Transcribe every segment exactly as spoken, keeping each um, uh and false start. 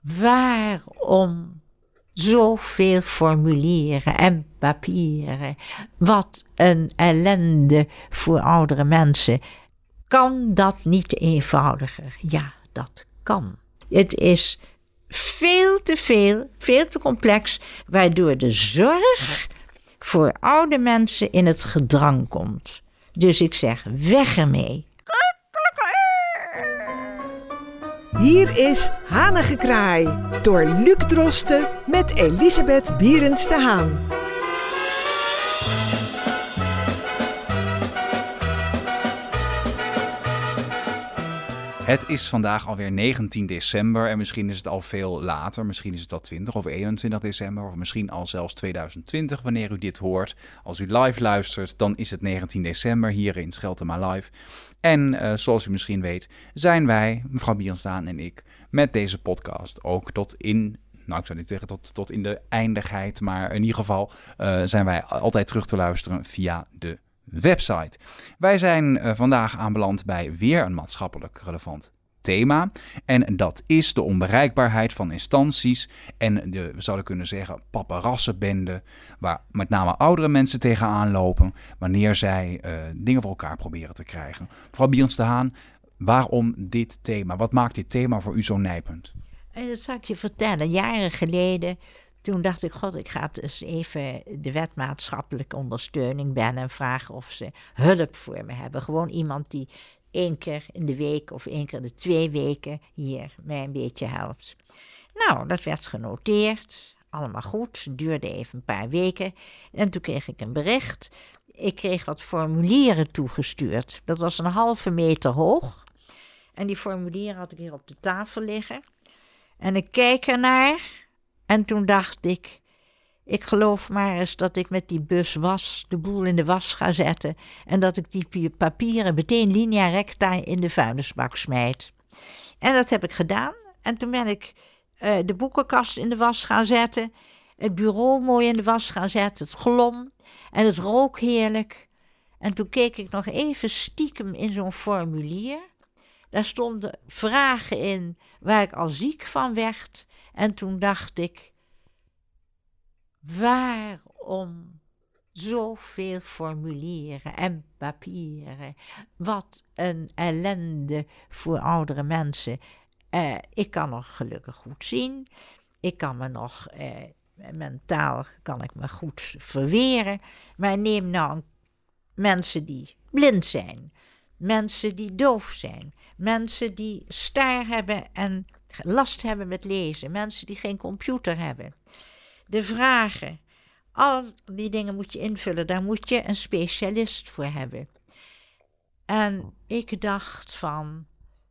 waarom zoveel formulieren en papieren? Wat een ellende voor oudere mensen. Kan dat niet eenvoudiger? Ja, dat kan. Het is veel te veel, veel te complex, waardoor de zorg voor oude mensen in het gedrang komt. Dus ik zeg, weg ermee. Hier is Hanengekraai door Luc Drosten met Elisabeth Bierens de Haan. Het is vandaag alweer negentien december en misschien is het al veel later. Misschien is het al twintig of eenentwintig december of misschien al zelfs tweeduizend twintig wanneer u dit hoort. Als u live luistert, dan is het negentien december hier in Scheltema Live. En uh, zoals u misschien weet, zijn wij, mevrouw Bierens de Haan en ik, met deze podcast ook tot in... Nou, ik zou niet zeggen tot, tot in de eindigheid, maar in ieder geval uh, zijn wij altijd terug te luisteren via de website. Wij zijn uh, vandaag aanbeland bij weer een maatschappelijk relevant thema. En dat is de onbereikbaarheid van instanties en de, we zouden kunnen zeggen, paparassenbende, waar met name oudere mensen tegenaan lopen wanneer zij uh, dingen voor elkaar proberen te krijgen. Mevrouw Bierens de Haan, waarom dit thema? Wat maakt dit thema voor u zo nijpend? En dat zal ik je vertellen. Jaren geleden, toen dacht ik, god, ik ga dus even de wet maatschappelijke ondersteuning bellen en vragen of ze hulp voor me hebben. Gewoon iemand die één keer in de week of één keer in de twee weken hier mij een beetje helpt. Nou, dat werd genoteerd. Allemaal goed. Het duurde even een paar weken. En toen kreeg ik een bericht. Ik kreeg wat formulieren toegestuurd. Dat was een halve meter hoog. En die formulieren had ik hier op de tafel liggen. En ik keek ernaar. En toen dacht ik, ik geloof maar eens dat ik met die bus was, de boel in de was ga zetten. En dat ik die papieren meteen linea recta in de vuilnisbak smijt. En dat heb ik gedaan. En toen ben ik uh, de boekenkast in de was gaan zetten. Het bureau mooi in de was gaan zetten. Het glom. En het rook heerlijk. En toen keek ik nog even stiekem in zo'n formulier. Daar stonden vragen in waar ik al ziek van werd. En toen dacht ik, waarom zoveel formulieren en papieren? Wat een ellende voor oudere mensen. Uh, ik kan nog gelukkig goed zien. Ik kan me nog, uh, mentaal kan ik me goed verweren. Maar neem nou mensen die blind zijn. Mensen die doof zijn. Mensen die staar hebben en last hebben met lezen. Mensen die geen computer hebben. De vragen. Al die dingen moet je invullen. Daar moet je een specialist voor hebben. En ik dacht van,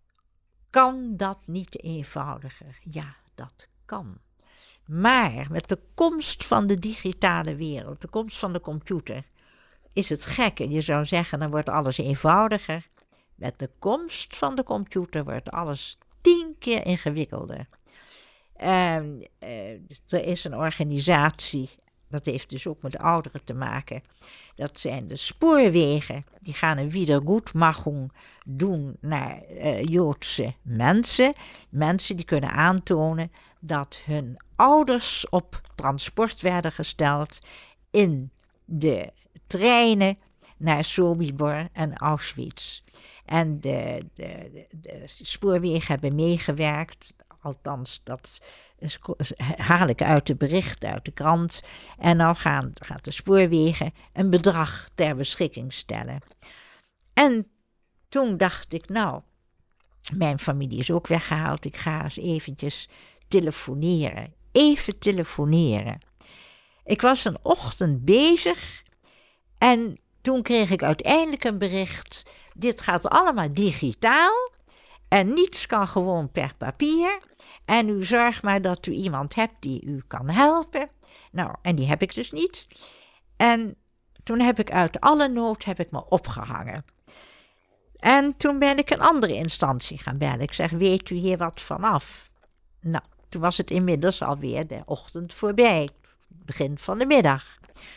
kan dat niet eenvoudiger? Ja, dat kan. Maar met de komst van de digitale wereld, de komst van de computer, is het gek. En je zou zeggen, dan wordt alles eenvoudiger. Met de komst van de computer wordt alles tien keer ingewikkelder. Uh, uh, er is een organisatie, dat heeft dus ook met ouderen te maken. Dat zijn de spoorwegen. Die gaan een Wiedergutmachung doen naar uh, Joodse mensen. Mensen die kunnen aantonen dat hun ouders op transport werden gesteld in de treinen naar Sobibor en Auschwitz. En de, de, de, de spoorwegen hebben meegewerkt. Althans, dat haal ik uit de berichten uit de krant. En nou gaan, gaat de spoorwegen een bedrag ter beschikking stellen. En toen dacht ik, nou, mijn familie is ook weggehaald. Ik ga eens eventjes telefoneren. Even telefoneren. Ik was een ochtend bezig en toen kreeg ik uiteindelijk een bericht. Dit gaat allemaal digitaal. En niets kan gewoon per papier. En u zorgt maar dat u iemand hebt die u kan helpen. Nou, en die heb ik dus niet. En toen heb ik uit alle nood heb ik me opgehangen. En toen ben ik een andere instantie gaan bellen. Ik zeg, weet u hier wat vanaf? Nou, toen was het inmiddels alweer de ochtend voorbij. Begin van de middag.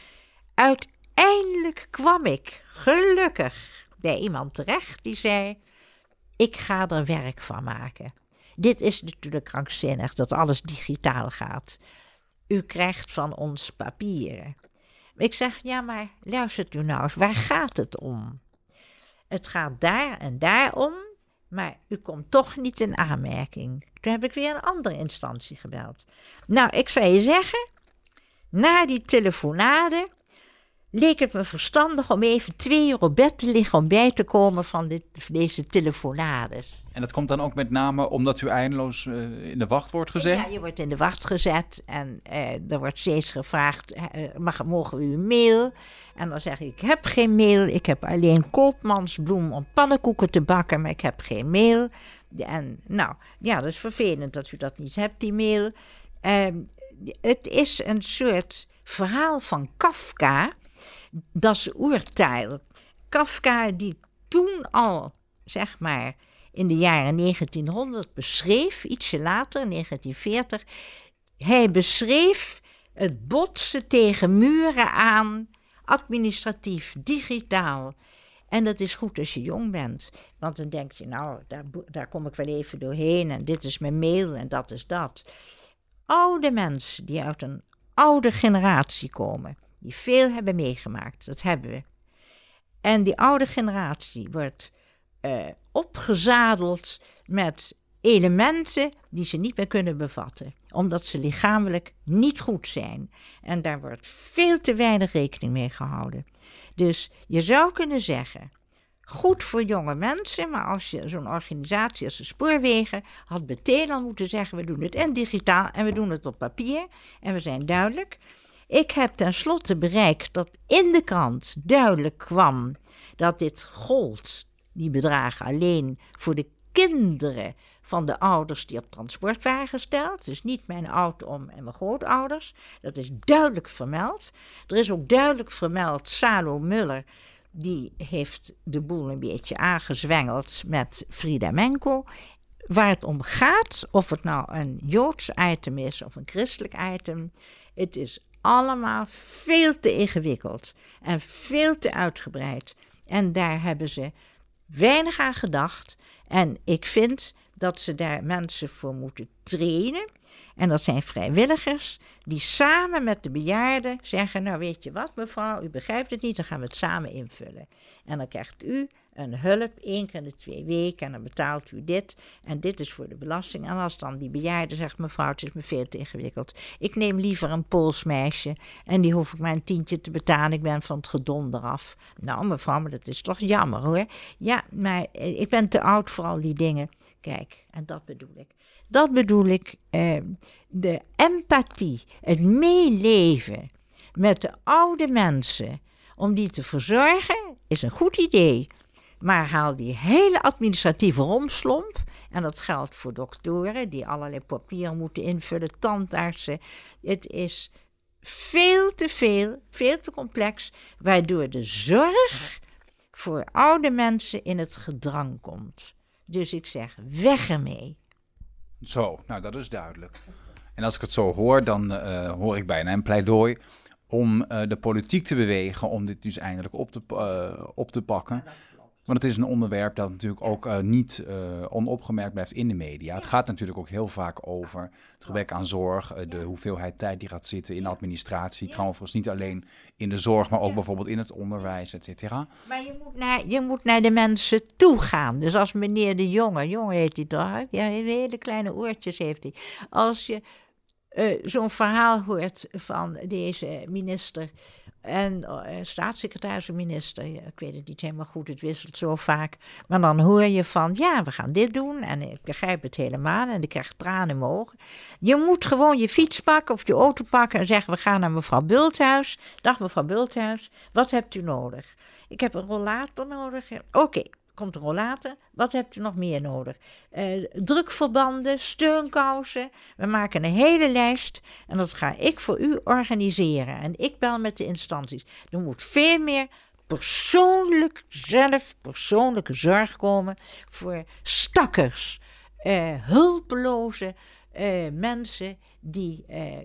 Uiteindelijk kwam ik, gelukkig, bij iemand terecht die zei, ik ga er werk van maken. Dit is natuurlijk krankzinnig, dat alles digitaal gaat. U krijgt van ons papieren. Ik zeg, ja, maar luistert u nou eens, waar gaat het om? Het gaat daar en daar om, maar u komt toch niet in aanmerking. Toen heb ik weer een andere instantie gebeld. Nou, ik zou je zeggen, na die telefonade leek het me verstandig om even twee uur op bed te liggen om bij te komen van dit, deze telefonades. En dat komt dan ook met name omdat u eindeloos uh, in de wacht wordt gezet? Ja, je wordt in de wacht gezet en uh, er wordt steeds gevraagd, uh, mag, mogen we uw mail? En dan zeg ik, ik heb geen mail, ik heb alleen koopmansbloem om pannenkoeken te bakken, maar ik heb geen mail. En nou, ja, dat is vervelend dat u dat niet hebt, die mail. Uh, het is een soort verhaal van Kafka. Dat is Urteil. Kafka die toen al, zeg maar, in de jaren negentienhonderd beschreef, ietsje later, negentien veertig, hij beschreef het botsen tegen muren aan, administratief, digitaal. En dat is goed als je jong bent, want dan denk je, nou, daar, daar kom ik wel even doorheen en dit is mijn mail en dat is dat. Oude mensen die uit een oude generatie komen, die veel hebben meegemaakt, dat hebben we. En die oude generatie wordt uh, opgezadeld met elementen die ze niet meer kunnen bevatten, omdat ze lichamelijk niet goed zijn. En daar wordt veel te weinig rekening mee gehouden. Dus je zou kunnen zeggen, goed voor jonge mensen, maar als je zo'n organisatie als de Spoorwegen had meteen al moeten zeggen, we doen het en digitaal en we doen het op papier en we zijn duidelijk. Ik heb tenslotte bereikt dat in de krant duidelijk kwam dat dit gold, die bedragen alleen voor de kinderen van de ouders die op transport waren gesteld. Dus niet mijn oud-oom en mijn grootouders. Dat is duidelijk vermeld. Er is ook duidelijk vermeld, Salo Muller, die heeft de boel een beetje aangezwengeld met Frida Menko. Waar het om gaat, of het nou een Joods item is of een christelijk item, het is allemaal veel te ingewikkeld en veel te uitgebreid. En daar hebben ze weinig aan gedacht. En ik vind dat ze daar mensen voor moeten trainen. En dat zijn vrijwilligers die samen met de bejaarden zeggen, nou weet je wat mevrouw, u begrijpt het niet, dan gaan we het samen invullen. En dan krijgt u een hulp één keer in de twee weken en dan betaalt u dit. En dit is voor de belasting. En als dan die bejaarde zegt, mevrouw, het is me veel te ingewikkeld. Ik neem liever een Pools meisje en die hoef ik maar een tientje te betalen. Ik ben van het gedonder af. Nou mevrouw, maar dat is toch jammer hoor. Ja, maar ik ben te oud voor al die dingen. Kijk, en dat bedoel ik. Dat bedoel ik, eh, de empathie, het meeleven met de oude mensen, om die te verzorgen, is een goed idee. Maar haal die hele administratieve romslomp, en dat geldt voor doktoren die allerlei papieren moeten invullen, tandartsen. Het is veel te veel, veel te complex, waardoor de zorg voor oude mensen in het gedrang komt. Dus ik zeg, weg ermee. Zo, nou dat is duidelijk. En als ik het zo hoor, dan uh, hoor ik bijna een pleidooi om uh, de politiek te bewegen om dit dus eindelijk op te, uh, op te pakken. Want het is een onderwerp dat natuurlijk ook uh, niet uh, onopgemerkt blijft in de media. Het gaat natuurlijk ook heel vaak over het gebrek aan zorg, uh, de hoeveelheid tijd die gaat zitten in administratie. Trouwens niet alleen in de zorg, maar ook bijvoorbeeld in het onderwijs, et cetera. Maar je moet, naar, je moet naar de mensen toe gaan. Dus als meneer De Jonge, Jonge heet hij toch? Ja, hele kleine oortjes heeft hij. Als je uh, zo'n verhaal hoort van deze minister en uh, staatssecretaris en minister, ja, ik weet het niet helemaal goed, het wisselt zo vaak. Maar dan hoor je van, ja, we gaan dit doen en ik begrijp het helemaal en ik krijg tranen in mijn ogen. Je moet gewoon je fiets pakken of je auto pakken en zeggen, we gaan naar mevrouw Bulthuis. Dag mevrouw Bulthuis, wat hebt u nodig? Ik heb een rollator nodig. Oké. Okay. Komt een rollator. Wat hebt u nog meer nodig? Uh, drukverbanden, steunkousen. We maken een hele lijst en dat ga ik voor u organiseren. En ik bel met de instanties. Er moet veel meer persoonlijk, zelf persoonlijke zorg komen voor stakkers, uh, hulpeloze uh, mensen die uh,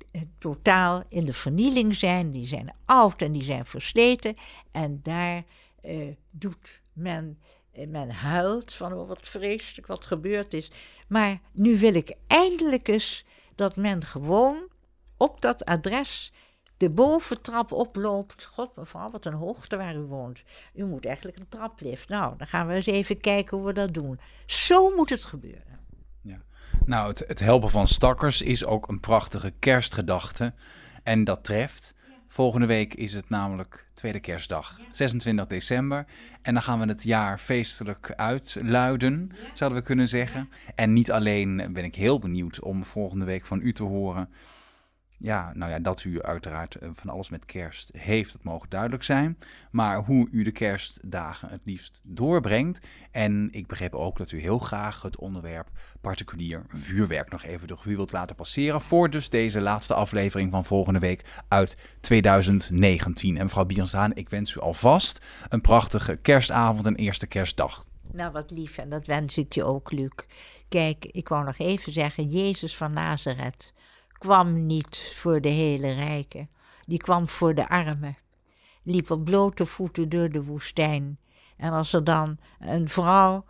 totaal in de vernieling zijn. Die zijn oud en die zijn versleten. En daar uh, doet men... Men huilt van oh, wat vreselijk wat gebeurd is. Maar nu wil ik eindelijk eens dat men gewoon op dat adres de boventrap oploopt. God, mevrouw, wat een hoogte waar u woont. U moet eigenlijk een traplift. Nou, dan gaan we eens even kijken hoe we dat doen. Zo moet het gebeuren. Ja. Nou, het, het helpen van stakkers is ook een prachtige kerstgedachte. En dat treft. Volgende week is het namelijk tweede kerstdag, zesentwintig december. En dan gaan we het jaar feestelijk uitluiden, zouden we kunnen zeggen. En niet alleen ben ik heel benieuwd om volgende week van u te horen. Ja, nou ja, dat u uiteraard van alles met kerst heeft, dat mogen duidelijk zijn. Maar hoe u de kerstdagen het liefst doorbrengt. En ik begreep ook dat u heel graag het onderwerp particulier vuurwerk nog even de revue wilt laten passeren. Voor dus deze laatste aflevering van volgende week uit tweeduizend negentien. En mevrouw Bierens-de Haan, ik wens u alvast een prachtige kerstavond en eerste kerstdag. Nou, wat lief, en dat wens ik je ook, Luc. Kijk, ik wou nog even zeggen, Jezus van Nazareth kwam niet voor de hele rijken. Die kwam voor de armen. Liep op blote voeten door de woestijn. En als er dan een vrouw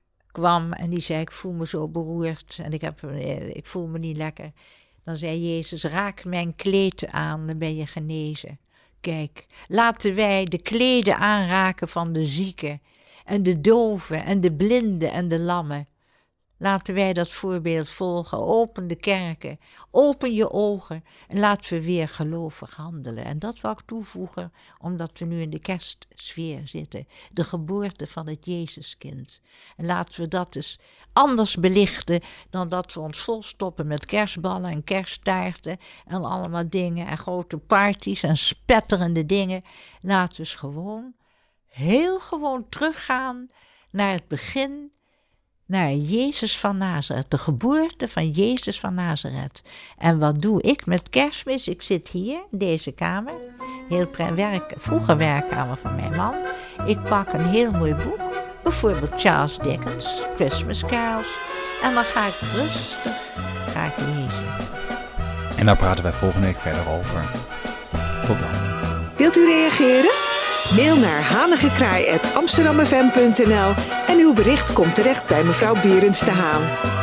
kwam en die zei, ik voel me zo beroerd en ik, heb, ik voel me niet lekker. Dan zei Jezus, raak mijn kleed aan, dan ben je genezen. Kijk, laten wij de kleden aanraken van de zieken en de doven en de blinden en de lammen. Laten wij dat voorbeeld volgen. Open de kerken, open je ogen en laten we weer gelovig handelen. En dat wil ik toevoegen, omdat we nu in de kerstsfeer zitten. De geboorte van het Jezuskind. En laten we dat dus anders belichten dan dat we ons volstoppen met kerstballen en kersttaarten en allemaal dingen en grote parties en spetterende dingen. Laten we eens gewoon, heel gewoon teruggaan naar het begin, naar Jezus van Nazareth, de geboorte van Jezus van Nazareth. En wat doe ik met Kerstmis? Ik zit hier in deze kamer, heel pre- werk, vroege werkkamer van mijn man. Ik pak een heel mooi boek, bijvoorbeeld Charles Dickens, Christmas Carols. En dan ga ik rustig ga ik lezen. En daar praten wij volgende week verder over. Tot dan. Wilt u reageren? Mail naar hanigekraai apenstaartje amsterdam f m punt n l en uw bericht komt terecht bij mevrouw Bierens-de Haan.